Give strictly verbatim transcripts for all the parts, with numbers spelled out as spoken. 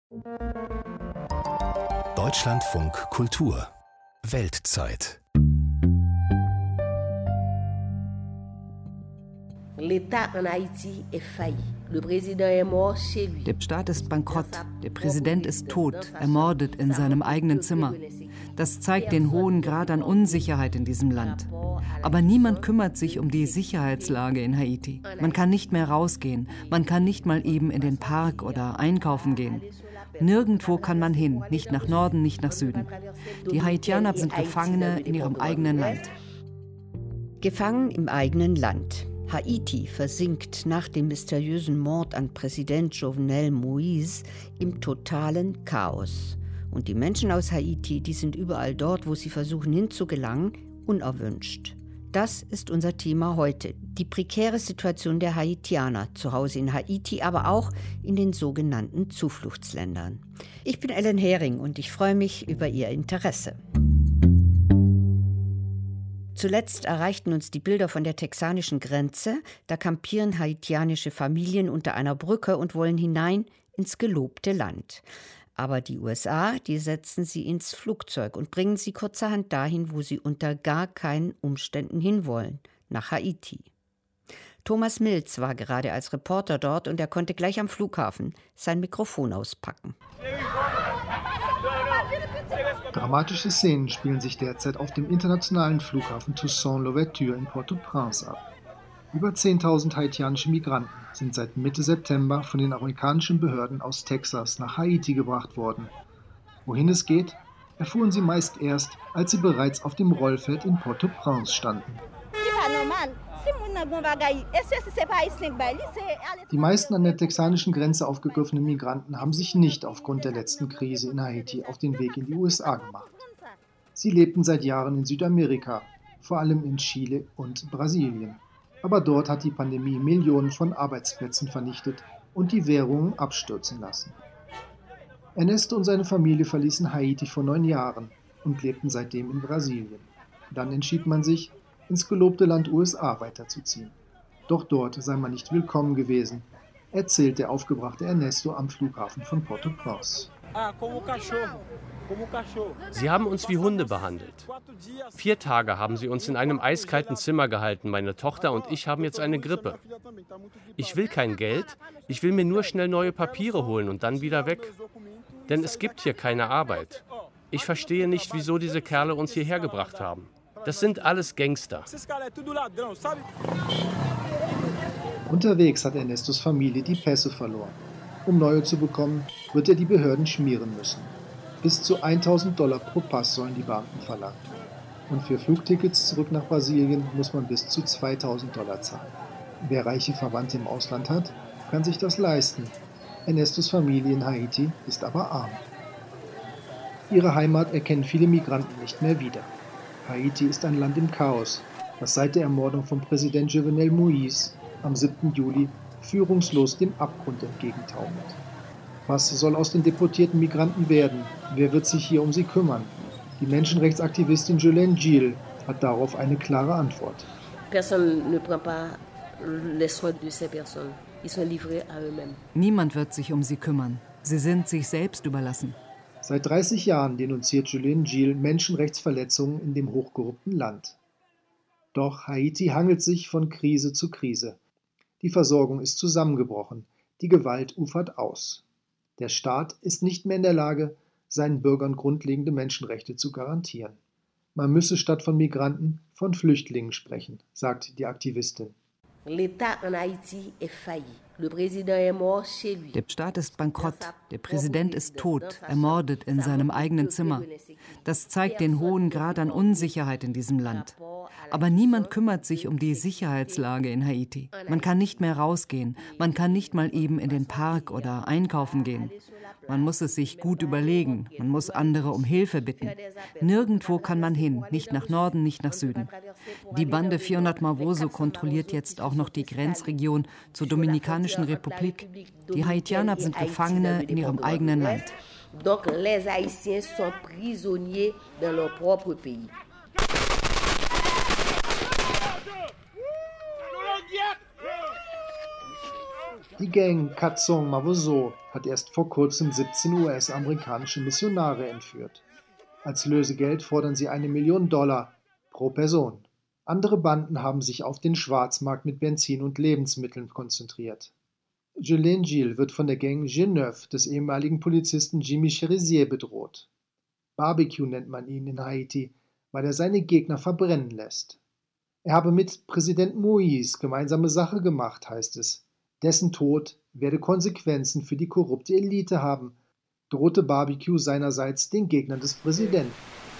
Deutschlandfunk Kultur Weltzeit. Der Staat ist bankrott, der Präsident ist tot, ermordet in seinem eigenen Zimmer. Das zeigt den hohen Grad an Unsicherheit in diesem Land. Aber niemand kümmert sich um die Sicherheitslage in Haiti. Man kann nicht mehr rausgehen, man kann nicht mal eben in den Park oder einkaufen gehen. Nirgendwo kann man hin, nicht nach Norden, nicht nach Süden. Die Haitianer sind Gefangene in ihrem eigenen Land. Gefangen im eigenen Land. Haiti versinkt nach dem mysteriösen Mord an Präsident Jovenel Moïse im totalen Chaos. Und die Menschen aus Haiti, die sind überall dort, wo sie versuchen hinzugelangen, unerwünscht. Das ist unser Thema heute. Die prekäre Situation der Haitianer zu Hause in Haiti, aber auch in den sogenannten Zufluchtsländern. Ich bin Ellen Hering und ich freue mich über Ihr Interesse. Zuletzt erreichten uns die Bilder von der texanischen Grenze. Da kampieren haitianische Familien unter einer Brücke und wollen hinein ins gelobte Land. Aber die U S A, die setzen sie ins Flugzeug und bringen sie kurzerhand dahin, wo sie unter gar keinen Umständen hinwollen, nach Haiti. Thomas Milz war gerade als Reporter dort und er konnte gleich am Flughafen sein Mikrofon auspacken. Dramatische Szenen spielen sich derzeit auf dem internationalen Flughafen Toussaint-Louverture in Port-au-Prince ab. Über zehntausend haitianische Migranten sind seit Mitte September von den amerikanischen Behörden aus Texas nach Haiti gebracht worden. Wohin es geht, erfuhren sie meist erst, als sie bereits auf dem Rollfeld in Port-au-Prince standen. Die meisten an der texanischen Grenze aufgegriffenen Migranten haben sich nicht aufgrund der letzten Krise in Haiti auf den Weg in die U S A gemacht. Sie lebten seit Jahren in Südamerika, vor allem in Chile und Brasilien. Aber dort hat die Pandemie Millionen von Arbeitsplätzen vernichtet und die Währungen abstürzen lassen. Ernesto und seine Familie verließen Haiti vor neun Jahren und lebten seitdem in Brasilien. Dann entschied man sich, ins gelobte Land U S A weiterzuziehen. Doch dort sei man nicht willkommen gewesen, erzählt der aufgebrachte Ernesto am Flughafen von Port-au-Prince. Sie haben uns wie Hunde behandelt. Vier Tage haben sie uns in einem eiskalten Zimmer gehalten. Meine Tochter und ich haben jetzt eine Grippe. Ich will kein Geld, ich will mir nur schnell neue Papiere holen und dann wieder weg. Denn es gibt hier keine Arbeit. Ich verstehe nicht, wieso diese Kerle uns hierher gebracht haben. Das sind alles Gangster. Unterwegs hat Ernestos Familie die Pässe verloren. Um neue zu bekommen, wird er die Behörden schmieren müssen. Bis zu tausend Dollar pro Pass sollen die Beamten verlangen. Und für Flugtickets zurück nach Brasilien muss man bis zu zweitausend Dollar zahlen. Wer reiche Verwandte im Ausland hat, kann sich das leisten. Ernestos Familie in Haiti ist aber arm. Ihre Heimat erkennen viele Migranten nicht mehr wieder. Haiti ist ein Land im Chaos, das seit der Ermordung von Präsident Jovenel Moïse am siebten Juli führungslos dem Abgrund entgegentaumelt. Was soll aus den deportierten Migranten werden? Wer wird sich hier um sie kümmern? Die Menschenrechtsaktivistin Jolene Gil hat darauf eine klare Antwort. Niemand wird sich um sie kümmern. Sie sind sich selbst überlassen. Seit dreißig Jahren denunziert Jolene Gil Menschenrechtsverletzungen in dem hochkorrupten Land. Doch Haiti hangelt sich von Krise zu Krise. Die Versorgung ist zusammengebrochen, die Gewalt ufert aus. Der Staat ist nicht mehr in der Lage, seinen Bürgern grundlegende Menschenrechte zu garantieren. Man müsse statt von Migranten von Flüchtlingen sprechen, sagt die Aktivistin. Der Staat ist bankrott, der Präsident ist tot, ermordet in seinem eigenen Zimmer. Das zeigt den hohen Grad an Unsicherheit in diesem Land. Aber niemand kümmert sich um die Sicherheitslage in Haiti. Man kann nicht mehr rausgehen, man kann nicht mal eben in den Park oder einkaufen gehen. Man muss es sich gut überlegen, man muss andere um Hilfe bitten. Nirgendwo kann man hin, nicht nach Norden, nicht nach Süden. Die Bande vierhundert Mavoso kontrolliert jetzt auch noch die Grenzregion zur Dominikanischen Republik. Die Haitianer sind Gefangene in ihrem eigenen Land. Donc les Haïtiens sont prisonniers dans leur propre pays. Die Gang Katsong Mavoso hat erst vor kurzem siebzehn U S-amerikanische Missionare entführt. Als Lösegeld fordern sie eine Million Dollar pro Person. Andere Banden haben sich auf den Schwarzmarkt mit Benzin und Lebensmitteln konzentriert. Julien Gilles wird von der Gang G neun des ehemaligen Polizisten Jimmy Cherizier bedroht. Barbecue nennt man ihn in Haiti, weil er seine Gegner verbrennen lässt. Er habe mit Präsident Moïse gemeinsame Sache gemacht, heißt es. Dessen Tod werde Konsequenzen für die korrupte Elite haben, drohte Barbecue seinerseits den Gegnern des Präsidenten.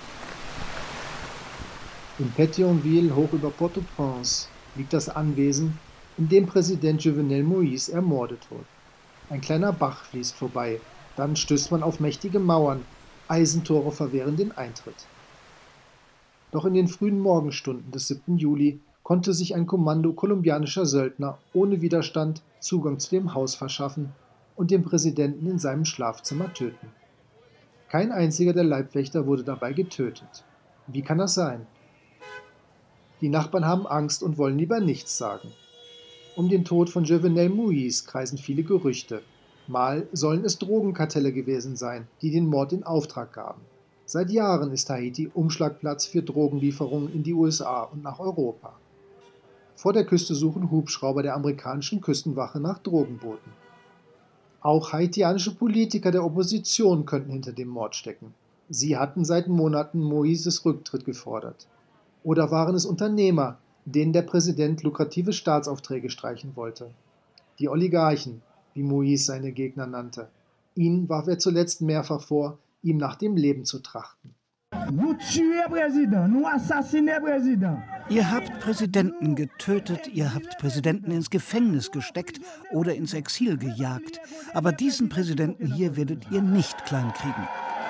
In Pétionville, hoch über Port-au-Prince, liegt das Anwesen, in dem Präsident Jovenel Moïse ermordet wurde. Ein kleiner Bach fließt vorbei, dann stößt man auf mächtige Mauern, Eisentore verwehren den Eintritt. Doch in den frühen Morgenstunden des siebten Juli konnte sich ein Kommando kolumbianischer Söldner ohne Widerstand Zugang zu dem Haus verschaffen und den Präsidenten in seinem Schlafzimmer töten. Kein einziger der Leibwächter wurde dabei getötet. Wie kann das sein? Die Nachbarn haben Angst und wollen lieber nichts sagen. Um den Tod von Jovenel Moïse kreisen viele Gerüchte. Mal sollen es Drogenkartelle gewesen sein, die den Mord in Auftrag gaben. Seit Jahren ist Haiti Umschlagplatz für Drogenlieferungen in die U S A und nach Europa. Vor der Küste suchen Hubschrauber der amerikanischen Küstenwache nach Drogenbooten. Auch haitianische Politiker der Opposition könnten hinter dem Mord stecken. Sie hatten seit Monaten Moïses Rücktritt gefordert. Oder waren es Unternehmer, denen der Präsident lukrative Staatsaufträge streichen wollte? Die Oligarchen, wie Moïse seine Gegner nannte. Ihnen warf er zuletzt mehrfach vor, ihm nach dem Leben zu trachten. Ihr habt Präsidenten getötet, ihr habt Präsidenten ins Gefängnis gesteckt oder ins Exil gejagt. Aber diesen Präsidenten hier werdet ihr nicht kleinkriegen.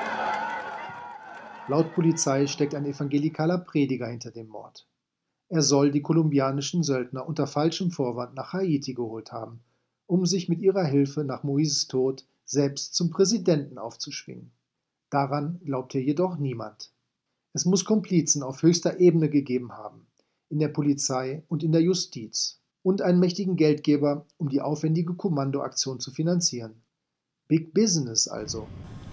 Laut Polizei steckt ein evangelikaler Prediger hinter dem Mord. Er soll die kolumbianischen Söldner unter falschem Vorwand nach Haiti geholt haben, um sich mit ihrer Hilfe nach Moïses Tod selbst zum Präsidenten aufzuschwingen. Daran glaubt hier jedoch niemand. Es muss Komplizen auf höchster Ebene gegeben haben, in der Polizei und in der Justiz, und einen mächtigen Geldgeber, um die aufwendige Kommandoaktion zu finanzieren. Big Business also.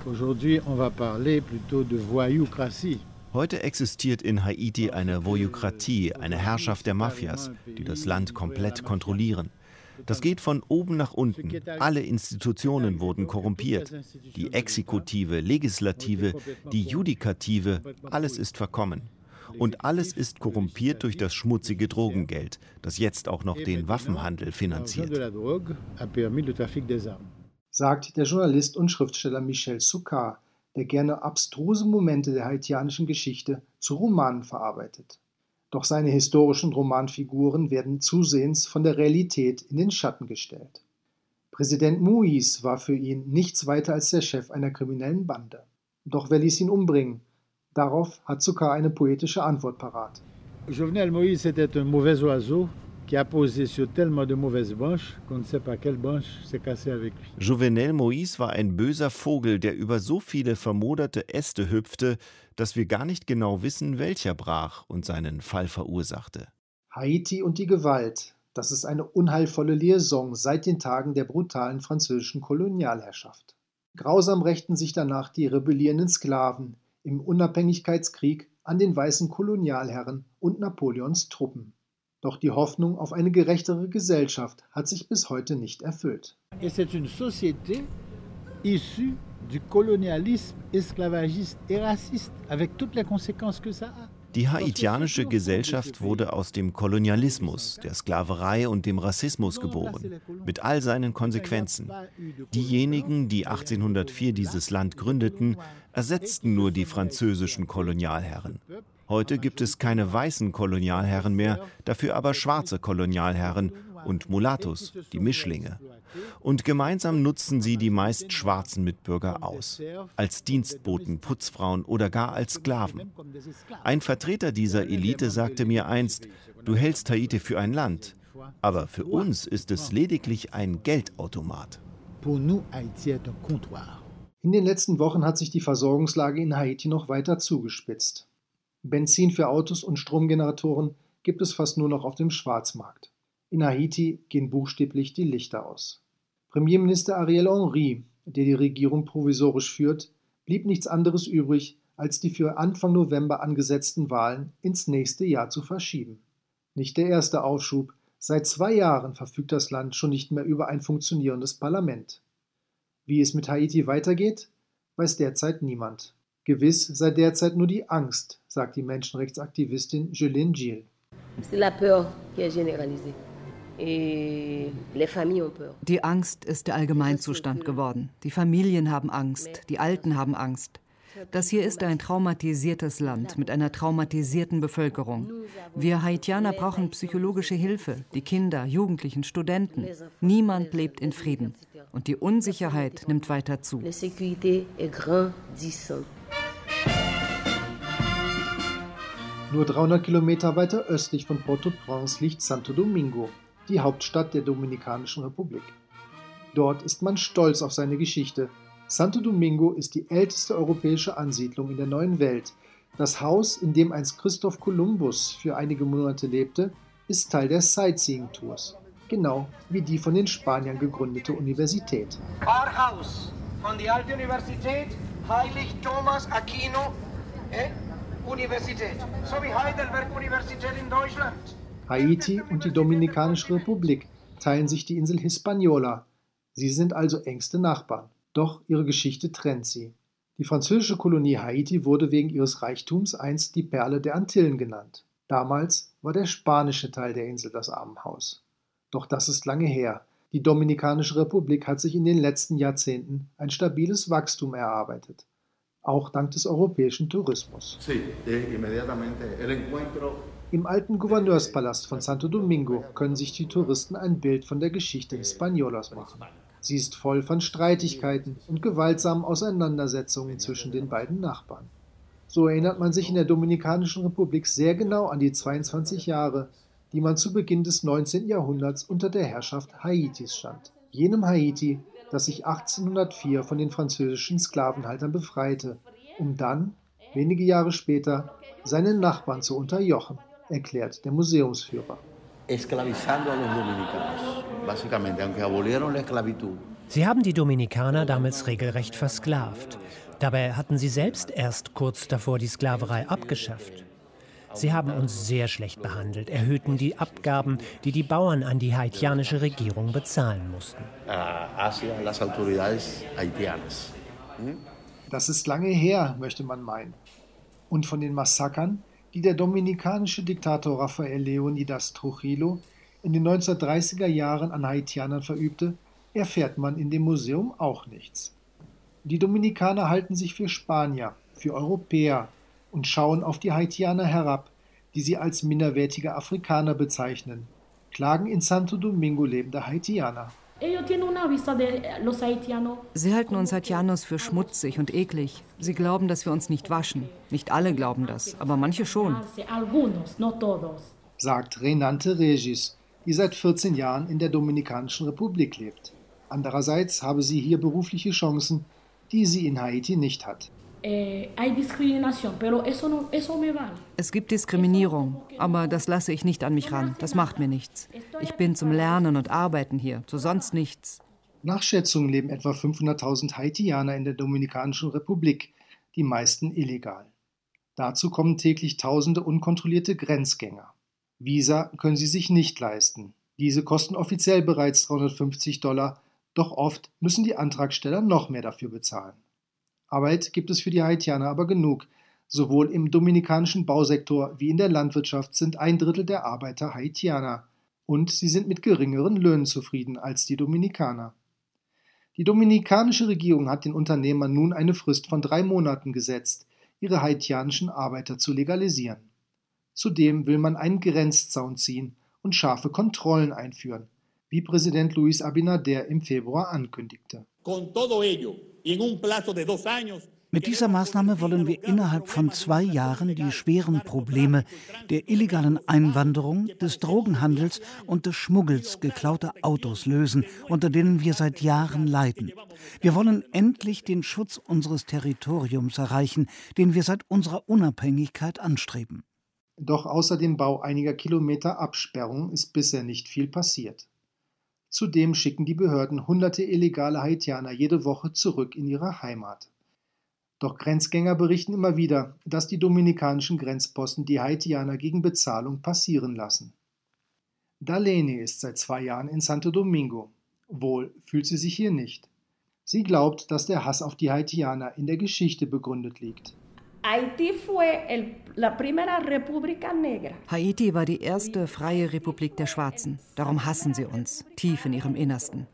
Heute existiert in Haiti eine Voyokratie, eine Herrschaft der Mafias, die das Land komplett kontrollieren. Das geht von oben nach unten. Alle Institutionen wurden korrumpiert. Die Exekutive, Legislative, die Judikative, alles ist verkommen. Und alles ist korrumpiert durch das schmutzige Drogengeld, das jetzt auch noch den Waffenhandel finanziert. Sagt der Journalist und Schriftsteller Michel Soucar, der gerne abstruse Momente der haitianischen Geschichte zu Romanen verarbeitet. Doch seine historischen Romanfiguren werden zusehends von der Realität in den Schatten gestellt. Präsident Moïse war für ihn nichts weiter als der Chef einer kriminellen Bande. Doch wer ließ ihn umbringen? Darauf hat Soucar eine poetische Antwort parat. Jovenel Moïse était un mauvais oiseau qui a posé sur tellement de mauvaises branches qu'on ne sait pas quelle branche s'est cassée avec lui. Jovenel Moïse war ein böser Vogel, der über so viele vermoderte Äste hüpfte, dass wir gar nicht genau wissen, welcher brach und seinen Fall verursachte. Haiti und die Gewalt, das ist eine unheilvolle Liaison seit den Tagen der brutalen französischen Kolonialherrschaft. Grausam rächten sich danach die rebellierenden Sklaven im Unabhängigkeitskrieg an den weißen Kolonialherren und Napoleons Truppen. Doch die Hoffnung auf eine gerechtere Gesellschaft hat sich bis heute nicht erfüllt. Et c'est une société issue du colonialisme esclavagiste et raciste, avec toutes les conséquences que ça a. Die haitianische Gesellschaft wurde aus dem Kolonialismus, der Sklaverei und dem Rassismus geboren, mit all seinen Konsequenzen. Diejenigen, die achtzehnhundertvier dieses Land gründeten, ersetzten nur die französischen Kolonialherren. Heute gibt es keine weißen Kolonialherren mehr, dafür aber schwarze Kolonialherren und Mulattos, die Mischlinge. Und gemeinsam nutzen sie die meist schwarzen Mitbürger aus, als Dienstboten, Putzfrauen oder gar als Sklaven. Ein Vertreter dieser Elite sagte mir einst, du hältst Haiti für ein Land, aber für uns ist es lediglich ein Geldautomat. In den letzten Wochen hat sich die Versorgungslage in Haiti noch weiter zugespitzt. Benzin für Autos und Stromgeneratoren gibt es fast nur noch auf dem Schwarzmarkt. In Haiti gehen buchstäblich die Lichter aus. Premierminister Ariel Henry, der die Regierung provisorisch führt, blieb nichts anderes übrig, als die für Anfang November angesetzten Wahlen ins nächste Jahr zu verschieben. Nicht der erste Aufschub. Seit zwei Jahren verfügt das Land schon nicht mehr über ein funktionierendes Parlament. Wie es mit Haiti weitergeht, weiß derzeit niemand. Gewiss sei derzeit nur die Angst, sagt die Menschenrechtsaktivistin Jolene Gil. Die Angst ist der Allgemeinzustand geworden. Die Familien haben Angst, die Alten haben Angst. Das hier ist ein traumatisiertes Land mit einer traumatisierten Bevölkerung. Wir Haitianer brauchen psychologische Hilfe, die Kinder, Jugendlichen, Studenten. Niemand lebt in Frieden. Und die Unsicherheit nimmt weiter zu. Nur dreihundert Kilometer weiter östlich von Port-au-Prince liegt Santo Domingo, die Hauptstadt der Dominikanischen Republik. Dort ist man stolz auf seine Geschichte. Santo Domingo ist die älteste europäische Ansiedlung in der neuen Welt. Das Haus, in dem einst Christoph Kolumbus für einige Monate lebte, ist Teil der Sightseeing-Tours. Genau wie die von den Spaniern gegründete Universität. Pfarrhaus von der Alten Universität Heilig Thomas Aquino äh, Universität, so wie Heidelberg-Universität in Deutschland. Haiti und die Dominikanische Republik teilen sich die Insel Hispaniola. Sie sind also engste Nachbarn. Doch ihre Geschichte trennt sie. Die französische Kolonie Haiti wurde wegen ihres Reichtums einst die Perle der Antillen genannt. Damals war der spanische Teil der Insel das Armenhaus. Doch das ist lange her. Die Dominikanische Republik hat sich in den letzten Jahrzehnten ein stabiles Wachstum erarbeitet. Auch dank des europäischen Tourismus. Im alten Gouverneurspalast von Santo Domingo können sich die Touristen ein Bild von der Geschichte Hispaniolas machen. Sie ist voll von Streitigkeiten und gewaltsamen Auseinandersetzungen zwischen den beiden Nachbarn. So erinnert man sich in der Dominikanischen Republik sehr genau an die zweiundzwanzig Jahre, die man zu Beginn des neunzehnten Jahrhunderts unter der Herrschaft Haitis stand. Jenem Haiti, das sich achtzehnhundertvier von den französischen Sklavenhaltern befreite, um dann, wenige Jahre später, seine Nachbarn zu unterjochen, erklärt der Museumsführer. Sie haben die Dominikaner damals regelrecht versklavt. Dabei hatten sie selbst erst kurz davor die Sklaverei abgeschafft. Sie haben uns sehr schlecht behandelt, erhöhten die Abgaben, die die Bauern an die haitianische Regierung bezahlen mussten. Das ist lange her, möchte man meinen. Und von den Massakern, die der dominikanische Diktator Rafael Leónidas Trujillo in den neunzehnhundertdreißiger Jahren an Haitianern verübte, erfährt man in dem Museum auch nichts. Die Dominikaner halten sich für Spanier, für Europäer und schauen auf die Haitianer herab, die sie als minderwertige Afrikaner bezeichnen, klagen in Santo Domingo lebende Haitianer. Sie halten uns Haitianos für schmutzig und eklig. Sie glauben, dass wir uns nicht waschen. Nicht alle glauben das, aber manche schon. Sagt Renante Regis, die seit vierzehn Jahren in der Dominikanischen Republik lebt. Andererseits habe sie hier berufliche Chancen, die sie in Haiti nicht hat. Es gibt Diskriminierung, aber das lasse ich nicht an mich ran. Das macht mir nichts. Ich bin zum Lernen und Arbeiten hier, zu sonst nichts. Nach Schätzungen leben etwa fünfhunderttausend Haitianer in der Dominikanischen Republik, die meisten illegal. Dazu kommen täglich tausende unkontrollierte Grenzgänger. Visa können sie sich nicht leisten. Diese kosten offiziell bereits dreihundertfünfzig Dollar, doch oft müssen die Antragsteller noch mehr dafür bezahlen. Arbeit gibt es für die Haitianer aber genug. Sowohl im dominikanischen Bausektor wie in der Landwirtschaft sind ein Drittel der Arbeiter Haitianer. Und sie sind mit geringeren Löhnen zufrieden als die Dominikaner. Die dominikanische Regierung hat den Unternehmern nun eine Frist von drei Monaten gesetzt, ihre haitianischen Arbeiter zu legalisieren. Zudem will man einen Grenzzaun ziehen und scharfe Kontrollen einführen, wie Präsident Luis Abinader im Februar ankündigte. Mit dieser Maßnahme wollen wir innerhalb von zwei Jahren die schweren Probleme der illegalen Einwanderung, des Drogenhandels und des Schmuggels geklauter Autos lösen, unter denen wir seit Jahren leiden. Wir wollen endlich den Schutz unseres Territoriums erreichen, den wir seit unserer Unabhängigkeit anstreben. Doch außer dem Bau einiger Kilometer Absperrung ist bisher nicht viel passiert. Zudem schicken die Behörden hunderte illegale Haitianer jede Woche zurück in ihre Heimat. Doch Grenzgänger berichten immer wieder, dass die dominikanischen Grenzposten die Haitianer gegen Bezahlung passieren lassen. Darlene ist seit zwei Jahren in Santo Domingo. Wohl fühlt sie sich hier nicht. Sie glaubt, dass der Hass auf die Haitianer in der Geschichte begründet liegt. Haiti war die erste freie Republik der Schwarzen. Darum hassen sie uns, tief in ihrem Innersten.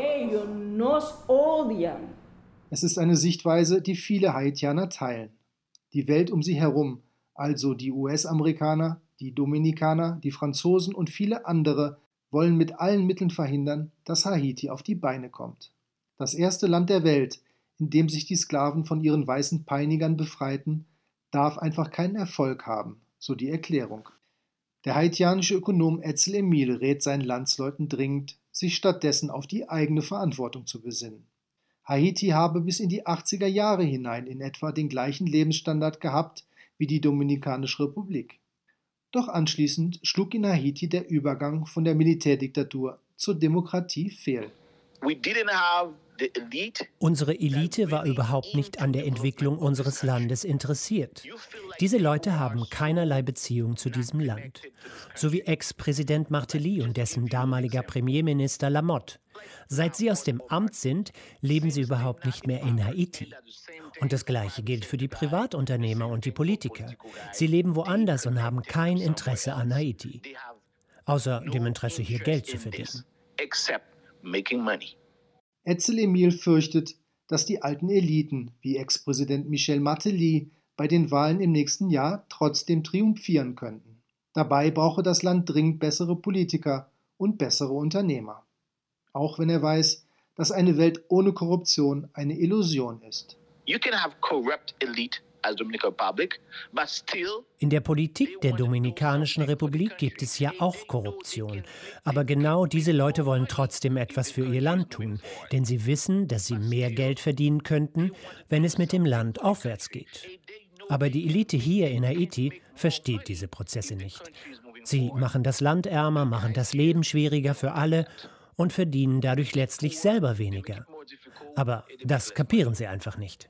Es ist eine Sichtweise, die viele Haitianer teilen. Die Welt um sie herum, also die U S-Amerikaner, die Dominikaner, die Franzosen und viele andere, wollen mit allen Mitteln verhindern, dass Haiti auf die Beine kommt. Das erste Land der Welt, in dem sich die Sklaven von ihren weißen Peinigern befreiten, darf einfach keinen Erfolg haben, so die Erklärung. Der haitianische Ökonom Edsel Emile rät seinen Landsleuten dringend, sich stattdessen auf die eigene Verantwortung zu besinnen. Haiti habe bis in die achtziger Jahre hinein in etwa den gleichen Lebensstandard gehabt wie die Dominikanische Republik. Doch anschließend schlug in Haiti der Übergang von der Militärdiktatur zur Demokratie fehl. Unsere Elite war überhaupt nicht an der Entwicklung unseres Landes interessiert. Diese Leute haben keinerlei Beziehung zu diesem Land. So wie Ex-Präsident Martelly und dessen damaliger Premierminister Lamotte. Seit sie aus dem Amt sind, leben sie überhaupt nicht mehr in Haiti. Und das Gleiche gilt für die Privatunternehmer und die Politiker. Sie leben woanders und haben kein Interesse an Haiti. Außer dem Interesse, hier Geld zu verdienen. Edsel Emile fürchtet, dass die alten Eliten, wie Ex-Präsident Michel Martelly, bei den Wahlen im nächsten Jahr trotzdem triumphieren könnten. Dabei brauche das Land dringend bessere Politiker und bessere Unternehmer. Auch wenn er weiß, dass eine Welt ohne Korruption eine Illusion ist. You can have corrupt elite as Dominican Republic, but still In der Politik der Dominikanischen Republik gibt es ja auch Korruption. Aber genau diese Leute wollen trotzdem etwas für ihr Land tun, denn sie wissen, dass sie mehr Geld verdienen könnten, wenn es mit dem Land aufwärts geht. Aber die Elite hier in Haiti versteht diese Prozesse nicht. Sie machen das Land ärmer, machen das Leben schwieriger für alle und verdienen dadurch letztlich selber weniger. Aber das kapieren sie einfach nicht.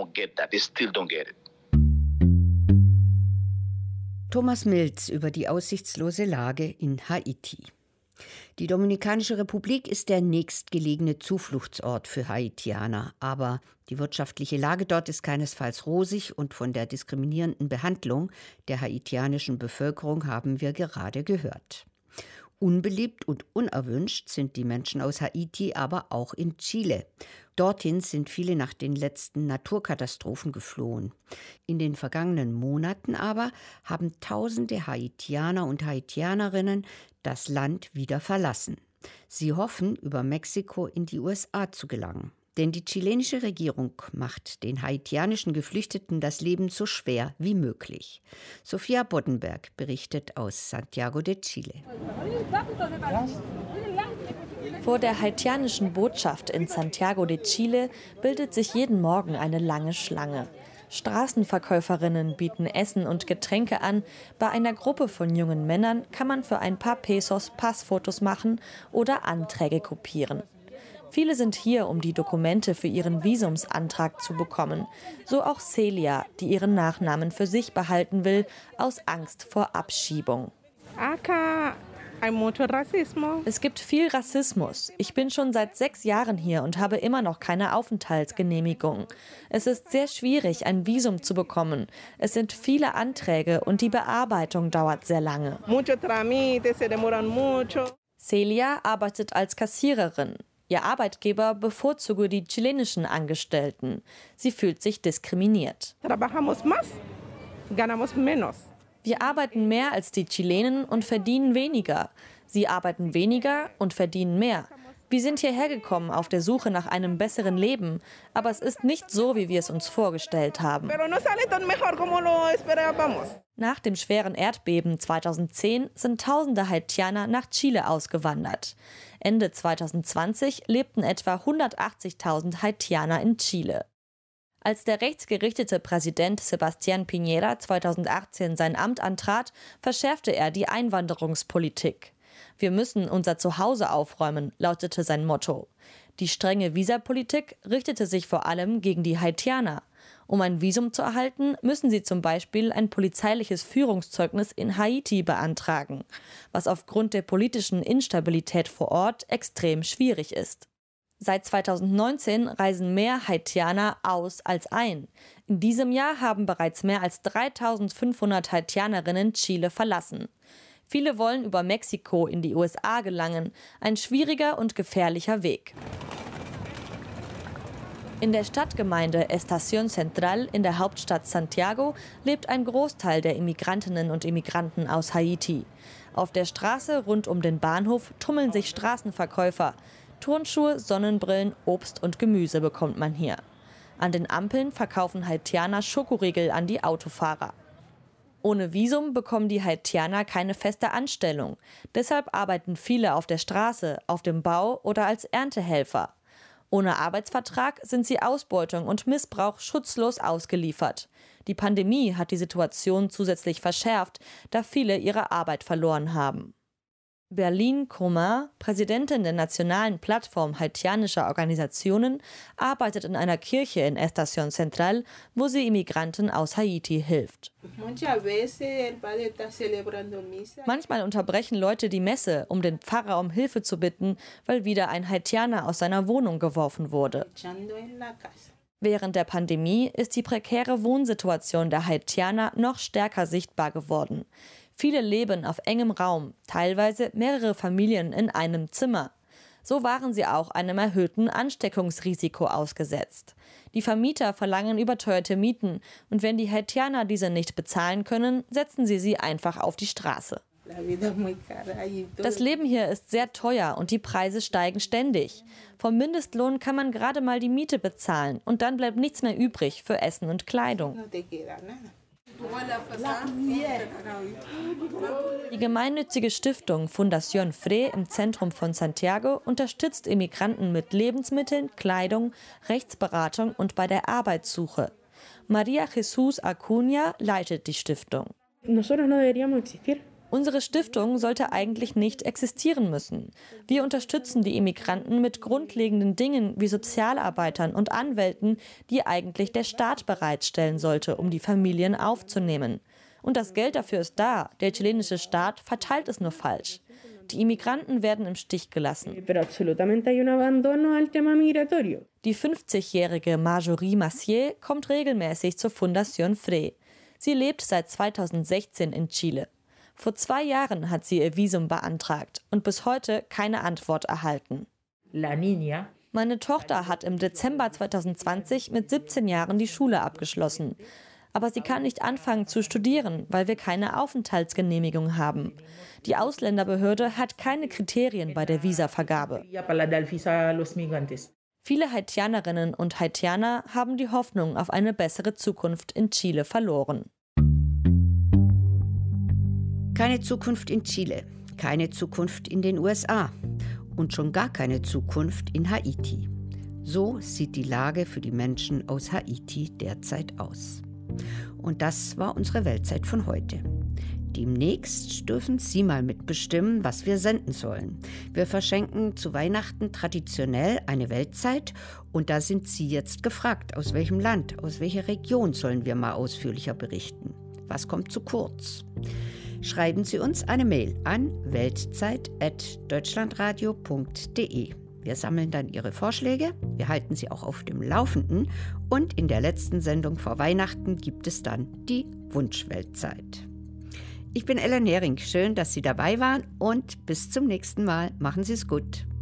Thomas Mills über die aussichtslose Lage in Haiti. Die Dominikanische Republik ist der nächstgelegene Zufluchtsort für Haitianer, aber die wirtschaftliche Lage dort ist keinesfalls rosig und von der diskriminierenden Behandlung der haitianischen Bevölkerung haben wir gerade gehört. Unbeliebt und unerwünscht sind die Menschen aus Haiti aber auch in Chile. Dorthin sind viele nach den letzten Naturkatastrophen geflohen. In den vergangenen Monaten aber haben tausende Haitianer und Haitianerinnen das Land wieder verlassen. Sie hoffen, über Mexiko in die U S A zu gelangen. Denn die chilenische Regierung macht den haitianischen Geflüchteten das Leben so schwer wie möglich. Sophia Boddenberg berichtet aus Santiago de Chile. Vor der haitianischen Botschaft in Santiago de Chile bildet sich jeden Morgen eine lange Schlange. Straßenverkäuferinnen bieten Essen und Getränke an. Bei einer Gruppe von jungen Männern kann man für ein paar Pesos Passfotos machen oder Anträge kopieren. Viele sind hier, um die Dokumente für ihren Visumsantrag zu bekommen. So auch Celia, die ihren Nachnamen für sich behalten will, aus Angst vor Abschiebung. Es gibt viel Rassismus. Ich bin schon seit sechs Jahren hier und habe immer noch keine Aufenthaltsgenehmigung. Es ist sehr schwierig, ein Visum zu bekommen. Es sind viele Anträge und die Bearbeitung dauert sehr lange. Celia arbeitet als Kassiererin. Ihr Arbeitgeber bevorzuge die chilenischen Angestellten. Sie fühlt sich diskriminiert. Wir arbeiten mehr als die Chilenen und verdienen weniger. Sie arbeiten weniger und verdienen mehr. Wir sind hierher gekommen auf der Suche nach einem besseren Leben, aber es ist nicht so, wie wir es uns vorgestellt haben. Nach dem schweren Erdbeben zweitausendzehn sind tausende Haitianer nach Chile ausgewandert. Ende zweitausendzwanzig lebten etwa hundertachtzigtausend Haitianer in Chile. Als der rechtsgerichtete Präsident Sebastián Piñera zweitausendachtzehn sein Amt antrat, verschärfte er die Einwanderungspolitik. Wir müssen unser Zuhause aufräumen, lautete sein Motto. Die strenge Visapolitik richtete sich vor allem gegen die Haitianer. Um ein Visum zu erhalten, müssen sie zum Beispiel ein polizeiliches Führungszeugnis in Haiti beantragen, was aufgrund der politischen Instabilität vor Ort extrem schwierig ist. Seit zweitausendneunzehn reisen mehr Haitianer aus als ein. In diesem Jahr haben bereits mehr als dreitausendfünfhundert Haitianerinnen Chile verlassen. Viele wollen über Mexiko in die U S A gelangen, ein schwieriger und gefährlicher Weg. In der Stadtgemeinde Estación Central in der Hauptstadt Santiago lebt ein Großteil der Immigrantinnen und Immigranten aus Haiti. Auf der Straße rund um den Bahnhof tummeln sich Straßenverkäufer. Turnschuhe, Sonnenbrillen, Obst und Gemüse bekommt man hier. An den Ampeln verkaufen Haitianer Schokoriegel an die Autofahrer. Ohne Visum bekommen die Haitianer keine feste Anstellung. Deshalb arbeiten viele auf der Straße, auf dem Bau oder als Erntehelfer. Ohne Arbeitsvertrag sind sie Ausbeutung und Missbrauch schutzlos ausgeliefert. Die Pandemie hat die Situation zusätzlich verschärft, da viele ihre Arbeit verloren haben. Berlin Comin, Präsidentin der nationalen Plattform haitianischer Organisationen, arbeitet in einer Kirche in Estación Central, wo sie Immigranten aus Haiti hilft. Manchmal unterbrechen Leute die Messe, um den Pfarrer um Hilfe zu bitten, weil wieder ein Haitianer aus seiner Wohnung geworfen wurde. Während der Pandemie ist die prekäre Wohnsituation der Haitianer noch stärker sichtbar geworden. Viele leben auf engem Raum, teilweise mehrere Familien in einem Zimmer. So waren sie auch einem erhöhten Ansteckungsrisiko ausgesetzt. Die Vermieter verlangen überteuerte Mieten und wenn die Haitianer diese nicht bezahlen können, setzen sie sie einfach auf die Straße. Das Leben hier ist sehr teuer und die Preise steigen ständig. Vom Mindestlohn kann man gerade mal die Miete bezahlen und dann bleibt nichts mehr übrig für Essen und Kleidung. Die gemeinnützige Stiftung Fundación Frey im Zentrum von Santiago unterstützt Immigranten mit Lebensmitteln, Kleidung, Rechtsberatung und bei der Arbeitssuche. María Jesús Acuña leitet die Stiftung. Unsere Stiftung sollte eigentlich nicht existieren müssen. Wir unterstützen die Immigranten mit grundlegenden Dingen wie Sozialarbeitern und Anwälten, die eigentlich der Staat bereitstellen sollte, um die Familien aufzunehmen. Und das Geld dafür ist da. Der chilenische Staat verteilt es nur falsch. Die Immigranten werden im Stich gelassen. Die fünfzigjährige Marjorie Massier kommt regelmäßig zur Fundación Frey. Sie lebt seit zweitausendsechzehn in Chile. Vor zwei Jahren hat sie ihr Visum beantragt und bis heute keine Antwort erhalten. Meine Tochter hat im Dezember zweitausendzwanzig mit siebzehn Jahren die Schule abgeschlossen. Aber sie kann nicht anfangen zu studieren, weil wir keine Aufenthaltsgenehmigung haben. Die Ausländerbehörde hat keine Kriterien bei der Visavergabe. Viele Haitianerinnen und Haitianer haben die Hoffnung auf eine bessere Zukunft in Chile verloren. Keine Zukunft in Chile, keine Zukunft in den U S A und schon gar keine Zukunft in Haiti. So sieht die Lage für die Menschen aus Haiti derzeit aus. Und das war unsere Weltzeit von heute. Demnächst dürfen Sie mal mitbestimmen, was wir senden sollen. Wir verschenken zu Weihnachten traditionell eine Weltzeit und da sind Sie jetzt gefragt, aus welchem Land, aus welcher Region sollen wir mal ausführlicher berichten. Was kommt zu kurz? Schreiben Sie uns eine Mail an weltzeit at deutschlandradio punkt de. Wir sammeln dann Ihre Vorschläge, wir halten Sie auch auf dem Laufenden und in der letzten Sendung vor Weihnachten gibt es dann die Wunschweltzeit. Ich bin Ellen Hering, schön, dass Sie dabei waren und bis zum nächsten Mal. Machen Sie es gut.